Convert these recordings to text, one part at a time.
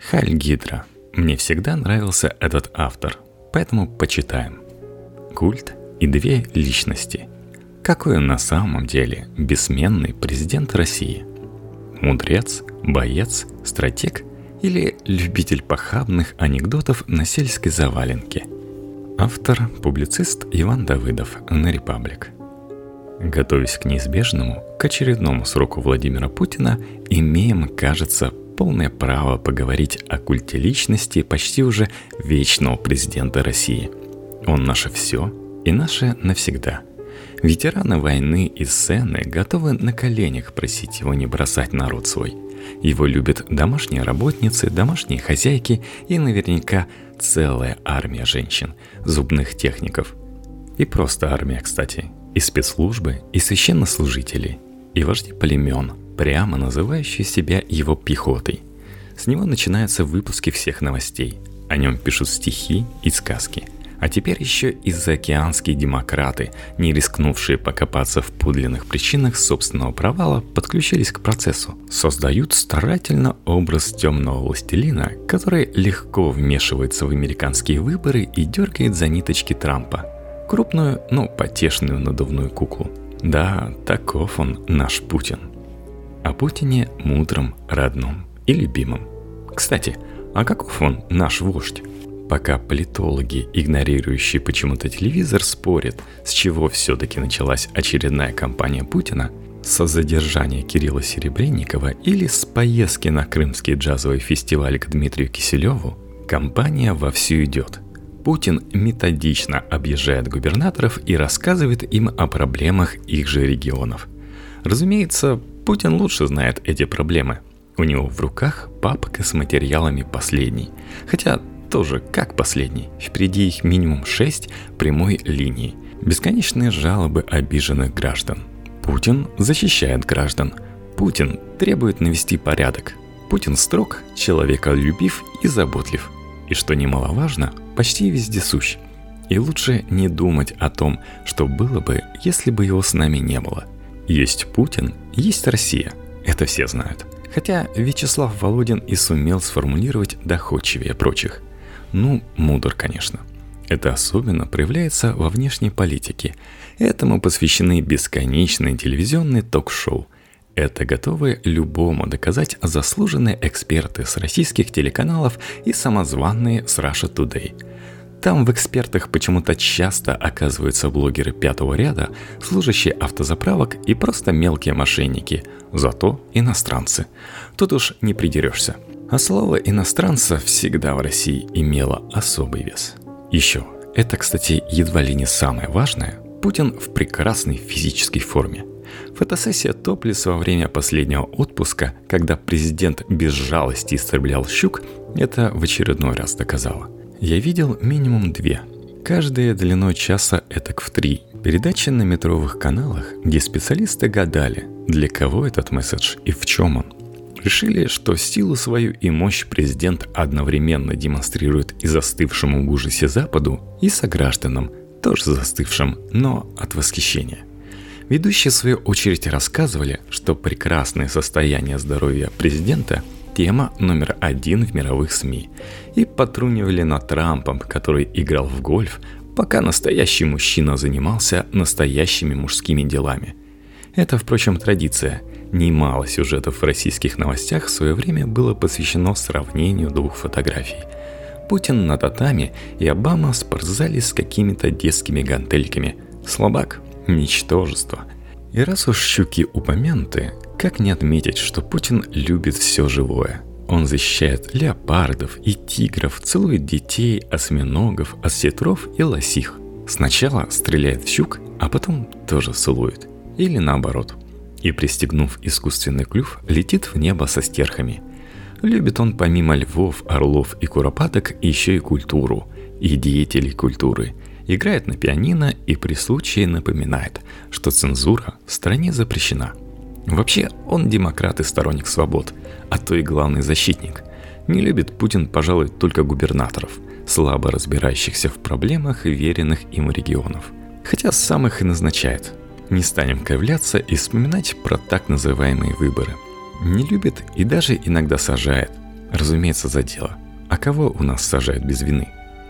Хайль Гидра. Мне всегда нравился этот автор, поэтому почитаем. Культ и две личности. Какой он на самом деле бессменный президент России? Мудрец, боец, стратег или любитель похабных анекдотов на сельской заваленке? Автор – публицист Иван Давыдов на «Репаблик». Готовясь к неизбежному, к очередному сроку Владимира Путина, имеем, кажется, полное право поговорить о культе личности почти уже вечного президента России. Он наше все и наше навсегда. Ветераны войны и сцены готовы на коленях просить его не бросать народ свой. Его любят домашние работницы, домашние хозяйки и наверняка целая армия женщин, зубных техников. И просто армия, кстати. И спецслужбы, и священнослужители, и вожди племен, прямо называющие себя его пехотой. С него начинаются выпуски всех новостей. О нем пишут стихи и сказки. А теперь еще и заокеанские демократы, не рискнувшие покопаться в подлинных причинах собственного провала, подключились к процессу. Создают старательно образ темного властелина, который легко вмешивается в американские выборы и дергает за ниточки Трампа. Крупную, но потешную надувную куклу. Да, таков он, наш Путин. О Путине мудром, родном и любимом. Кстати, а каков он, наш вождь? Пока политологи, игнорирующие почему-то телевизор, спорят, с чего все-таки началась очередная кампания Путина, со задержания Кирилла Серебренникова или с поездки на Крымский джазовый фестиваль к Дмитрию Киселеву, кампания вовсю идет. Путин методично объезжает губернаторов и рассказывает им о проблемах их же регионов. Разумеется, Путин лучше знает эти проблемы. У него в руках папка с материалами последней. Хотя тоже как последний. Впереди их минимум 6 прямой линий. Бесконечные жалобы обиженных граждан. Путин защищает граждан. Путин требует навести порядок. Путин строг, человеколюбив и заботлив. И что немаловажно, почти вездесущ. И лучше не думать о том, что было бы, если бы его с нами не было. Есть Путин, есть Россия. Это все знают. Хотя Вячеслав Володин и сумел сформулировать доходчивее прочих. Мудр, конечно. Это особенно проявляется во внешней политике. Этому посвящены бесконечные телевизионные ток-шоу. Это готовы любому доказать заслуженные эксперты с российских телеканалов и самозванные с Russia Today. Там в экспертах почему-то часто оказываются блогеры пятого ряда, служащие автозаправок и просто мелкие мошенники, зато иностранцы. Тут уж не придерешься. А слово «иностранца» всегда в России имело особый вес. Еще, это, кстати, едва ли не самое важное, Путин в прекрасной физической форме. Фотосессия топлес во время последнего отпуска, когда президент без жалости истреблял щук, это в очередной раз доказало. Я видел минимум 2. Каждая длиной часа этак в 3. Передачи на метровых каналах, где специалисты гадали, для кого этот месседж и в чем он. Решили, что силу свою и мощь президент одновременно демонстрирует и застывшему в ужасе Западу, и согражданам, тоже застывшим, но от восхищения. Ведущие, в свою очередь, рассказывали, что прекрасное состояние здоровья президента – тема номер 1 в мировых СМИ, и потрунивали над Трампом, который играл в гольф, пока настоящий мужчина занимался настоящими мужскими делами. Это, впрочем, традиция. Немало сюжетов в российских новостях в свое время было посвящено сравнению 2 фотографий. Путин на татами и Обама в спортзале с какими-то детскими гантельками. Слабак. Ничтожество. И раз уж щуки упомянуты, как не отметить, что Путин любит все живое? Он защищает леопардов и тигров, целует детей, осьминогов, осетров и лосих. Сначала стреляет в щук, а потом тоже целует. Или наоборот. И, пристегнув искусственный клюв, летит в небо со стерхами. Любит он помимо львов, орлов и куропаток еще и культуру, и деятелей культуры. Играет на пианино и при случае напоминает, что цензура в стране запрещена. Вообще, он демократ и сторонник свобод, а то и главный защитник. Не любит Путин, пожалуй, только губернаторов, слабо разбирающихся в проблемах веренных им регионов. Хотя сам их и назначает. Не станем кривляться и вспоминать про так называемые выборы. Не любит и даже иногда сажает. разумеется, за дело. А кого у нас сажают без вины?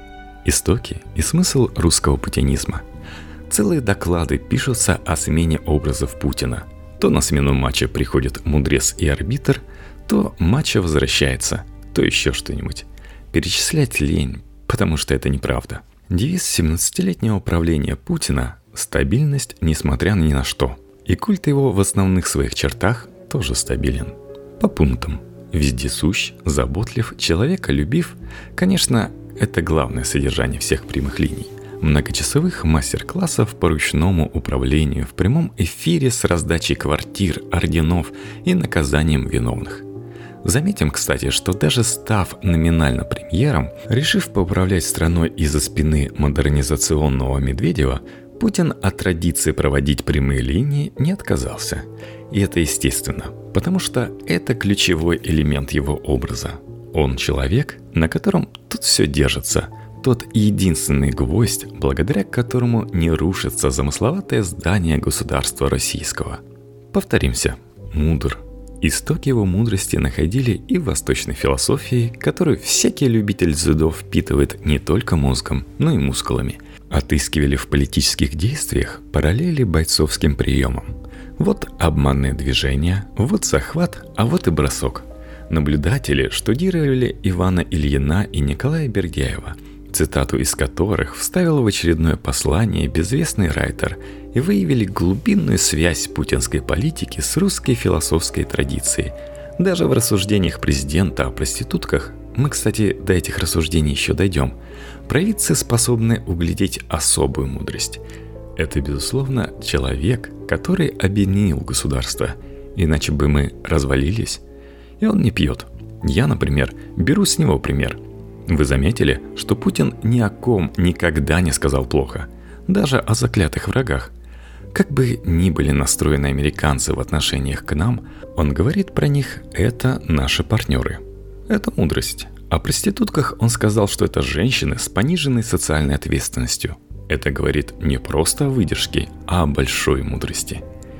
Истоки и смысл русского путинизма. Целые доклады пишутся о смене образов Путина. То на смену матча приходит мудрец и арбитр, то матча возвращается, то еще что-нибудь. Перечислять лень, потому что это неправда. Девиз 17-летнего правления Путина – стабильность, несмотря ни на что. И культ его в основных своих чертах тоже стабилен. По пунктам. Вездесущ, заботлив, человеколюбив. Конечно, это главное содержание всех прямых линий. Многочасовых мастер-классов по ручному управлению в прямом эфире с раздачей квартир, орденов и наказанием виновных. Заметим, кстати, что даже став номинально премьером, решив поуправлять страной из-за спины модернизационного Медведева, Путин от традиции проводить прямые линии не отказался. И это естественно, потому что это ключевой элемент его образа. Он человек, на котором тут все держится, тот единственный гвоздь, благодаря которому не рушится замысловатое здание государства российского. Повторимся, мудр. Истоки его мудрости находили и в восточной философии, которую всякий любитель дзюдо впитывает не только мозгом, но и мускулами. Отыскивали в политических действиях параллели бойцовским приемам. Вот обманное движение, вот захват, а вот и бросок. Наблюдатели штудировали Ивана Ильина и Николая Бердяева, цитату из которых вставил в очередное послание безвестный райтер, и выявили глубинную связь путинской политики с русской философской традицией. Даже в рассуждениях президента о проститутках, мы, кстати, до этих рассуждений еще дойдем, провидцы способны углядеть особую мудрость. Это, безусловно, человек, который объединил государство, иначе бы мы развалились. И он не пьет. Я, например, беру с него пример. Вы заметили, что Путин ни о ком никогда не сказал плохо, даже о заклятых врагах. Как бы ни были настроены американцы в отношениях к нам, он говорит про них «это наши партнеры». Это мудрость. О проститутках он сказал, что это женщины с пониженной социальной ответственностью. Это говорит не просто о выдержке, а о большой мудрости.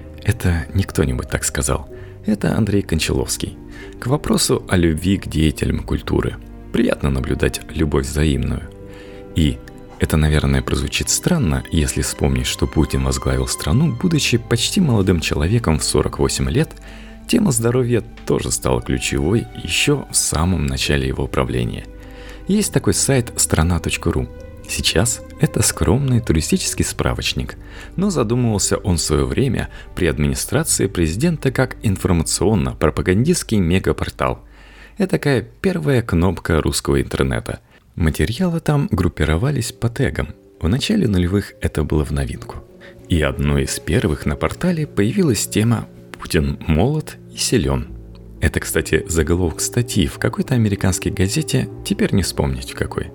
Это не кто-нибудь так сказал. Это Андрей Кончаловский. К вопросу о любви к деятелям культуры. Приятно наблюдать любовь взаимную. И это, наверное, прозвучит странно, если вспомнить, что Путин возглавил страну, будучи почти молодым человеком в 48 лет, тема здоровья тоже стала ключевой еще в самом начале его правления. Есть такой сайт страна.ру. Сейчас это скромный туристический справочник, но задумывался он в свое время при администрации президента как информационно-пропагандистский мегапортал. Это такая первая кнопка русского интернета. Материалы там группировались по тегам. В начале нулевых это было в новинку. И одной из первых на портале появилась тема «Путин молод и силен». Это, кстати, заголовок статьи в какой-то американской газете, теперь не вспомнить в какой.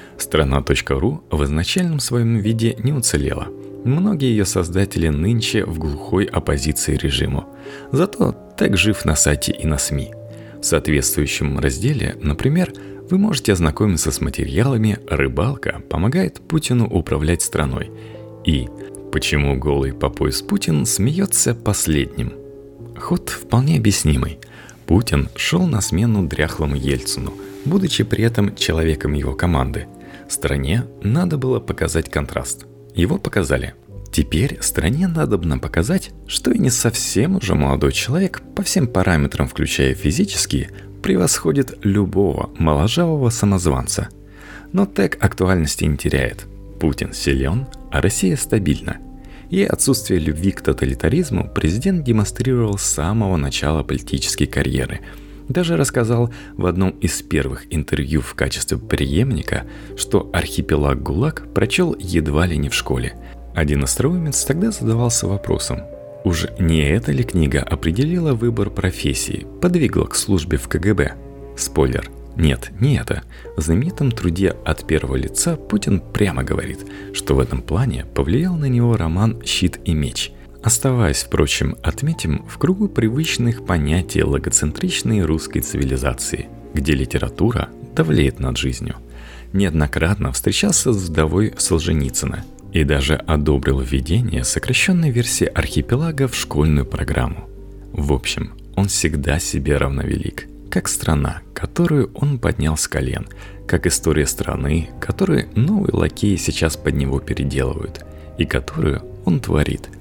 Страна.ру в изначальном своем виде не уцелела. Многие ее создатели нынче в глухой оппозиции режиму. Зато тег жив на сайте и на СМИ. В соответствующем разделе, например, вы можете ознакомиться с материалами «Рыбалка помогает Путину управлять страной» и «Почему голый по пояс Путин смеется последним». Ход вполне объяснимый. Путин шел на смену дряхлому Ельцину, будучи при этом человеком его команды. Стране надо было показать контраст. Его показали. Теперь стране надобно показать, что и не совсем уже молодой человек по всем параметрам, включая физические, превосходит любого моложавого самозванца. Но тег актуальности не теряет. Путин силен, а Россия стабильна. И отсутствие любви к тоталитаризму президент демонстрировал с самого начала политической карьеры. Даже рассказал в одном из первых интервью в качестве преемника, что «Архипелаг ГУЛАГ» прочел едва ли не в школе. Один остроумец тогда задавался вопросом, уж не эта ли книга определила выбор профессии, подвигла к службе в КГБ? Спойлер. Нет, не это. В знаменитом труде «От первого лица» Путин прямо говорит, что в этом плане повлиял на него роман «Щит и меч». Оставаясь, впрочем, отметим в кругу привычных понятий логоцентричной русской цивилизации, где литература давлеет над жизнью. Неоднократно встречался с вдовой Солженицына и даже одобрил введение сокращенной версии «Архипелага» в школьную программу. В общем, он всегда себе равновелик. как страна, которую он поднял с колен, как история страны, которую новые лакеи сейчас под него переделывают, и которую он творит.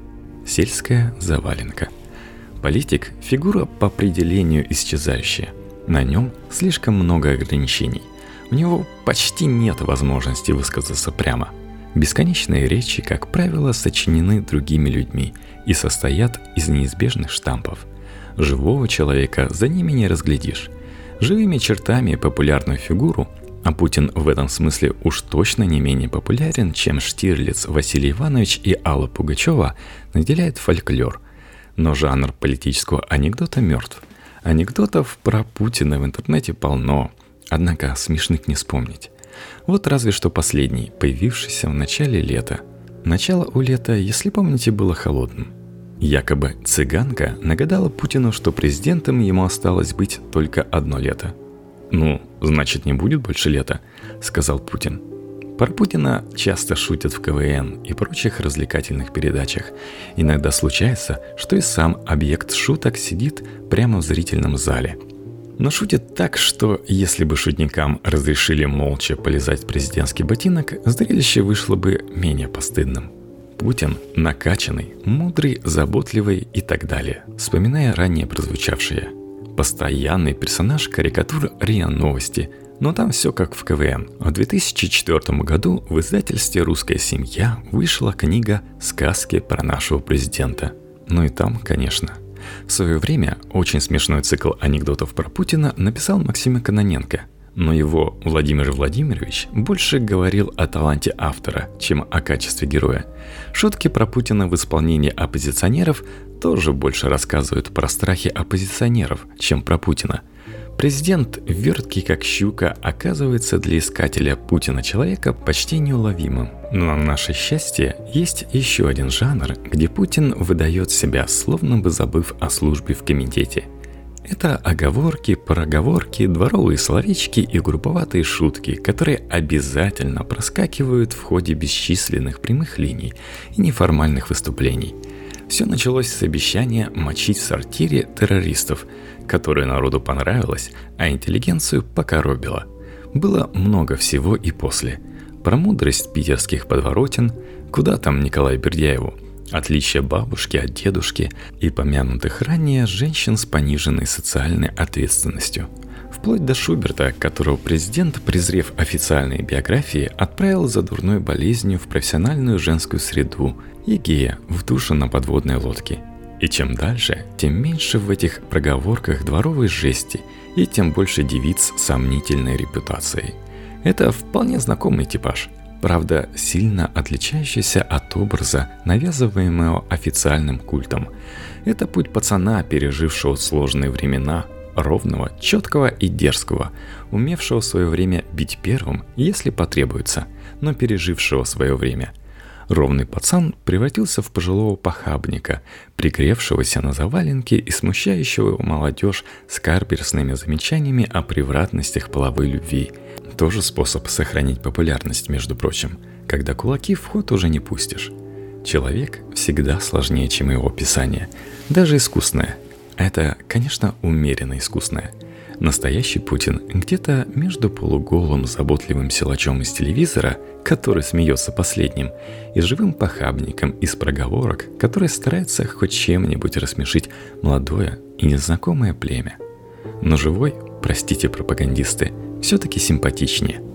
Сельская заваленка. Политик – фигура по определению исчезающая. На нем слишком много ограничений. У него почти нет возможности высказаться прямо. Бесконечные речи, как правило, сочинены другими людьми и состоят из неизбежных штампов. Живого человека за ними не разглядишь. Живыми чертами популярную фигуру, а Путин в этом смысле уж точно не менее популярен, чем Штирлиц, Василий Иванович и Алла Пугачева, наделяет фольклор. Но жанр политического анекдота мертв. Анекдотов про Путина в интернете полно, однако смешных не вспомнить. Вот разве что последний, появившийся в начале лета. Начало у лета, если помните, было холодным. Якобы цыганка нагадала Путину, что президентом ему осталось быть только 1 лето. «Ну, значит, не будет больше лета», — сказал Путин. Про Путина часто шутят в КВН и прочих развлекательных передачах. Иногда случается, что и сам объект шуток сидит прямо в зрительном зале. Но шутит так, что если бы шутникам разрешили молча полизать президентский ботинок, зрелище вышло бы менее постыдным. Путин накачанный, мудрый, заботливый и так далее, вспоминая ранее прозвучавшее. Постоянный персонаж карикатур РИА Новости, но там все как в КВН. В 2004 году в издательстве «Русская семья» вышла книга «Сказки про нашего президента». Ну и там, конечно. В свое время очень смешной цикл анекдотов про Путина написал Максим Кононенко. Но его Владимир Владимирович больше говорил о таланте автора, чем о качестве героя. Шутки про Путина в исполнении оппозиционеров тоже больше рассказывают про страхи оппозиционеров, чем про Путина. Президент, верткий как щука, оказывается для искателя Путина человека почти неуловимым. Но на наше счастье есть еще один жанр, где Путин выдает себя, словно бы забыв о службе в комитете. Это оговорки, проговорки, дворовые словечки и грубоватые шутки, которые обязательно проскакивают в ходе бесчисленных прямых линий и неформальных выступлений. Все началось с обещания мочить в сортире террористов, которое народу понравилось, а интеллигенцию покоробило. Было много всего и после. Про мудрость питерских подворотен, куда там Николаю Бердяеву, отличие бабушки от дедушки и помянутых ранее женщин с пониженной социальной ответственностью. Вплоть до Шуберта, которого президент, презрев официальные биографии, отправил за дурной болезнью в профессиональную женскую среду и гея в душу на подводной лодке. И чем дальше, тем меньше в этих проговорках дворовой жести и тем больше девиц с сомнительной репутацией. Это вполне знакомый типаж. Правда, сильно отличающийся от образа, навязываемого официальным культом. Это путь пацана, пережившего сложные времена, ровного, четкого и дерзкого, умевшего в свое время бить первым, если потребуется, но пережившего свое время. Ровный пацан превратился в пожилого похабника, пригревшегося на заваленке и смущающего молодежь скарберсными замечаниями о превратностях половой любви. Тоже способ сохранить популярность, между прочим, когда кулаки в ход уже не пустишь. Человек всегда сложнее, чем его описание, даже искусное. Это, конечно, умеренно искусное. Настоящий Путин где-то между полуголым заботливым силачом из телевизора, который смеется последним, и живым похабником из проговорок, который старается хоть чем-нибудь рассмешить молодое и незнакомое племя. Но живой, простите, пропагандисты, все-таки симпатичнее.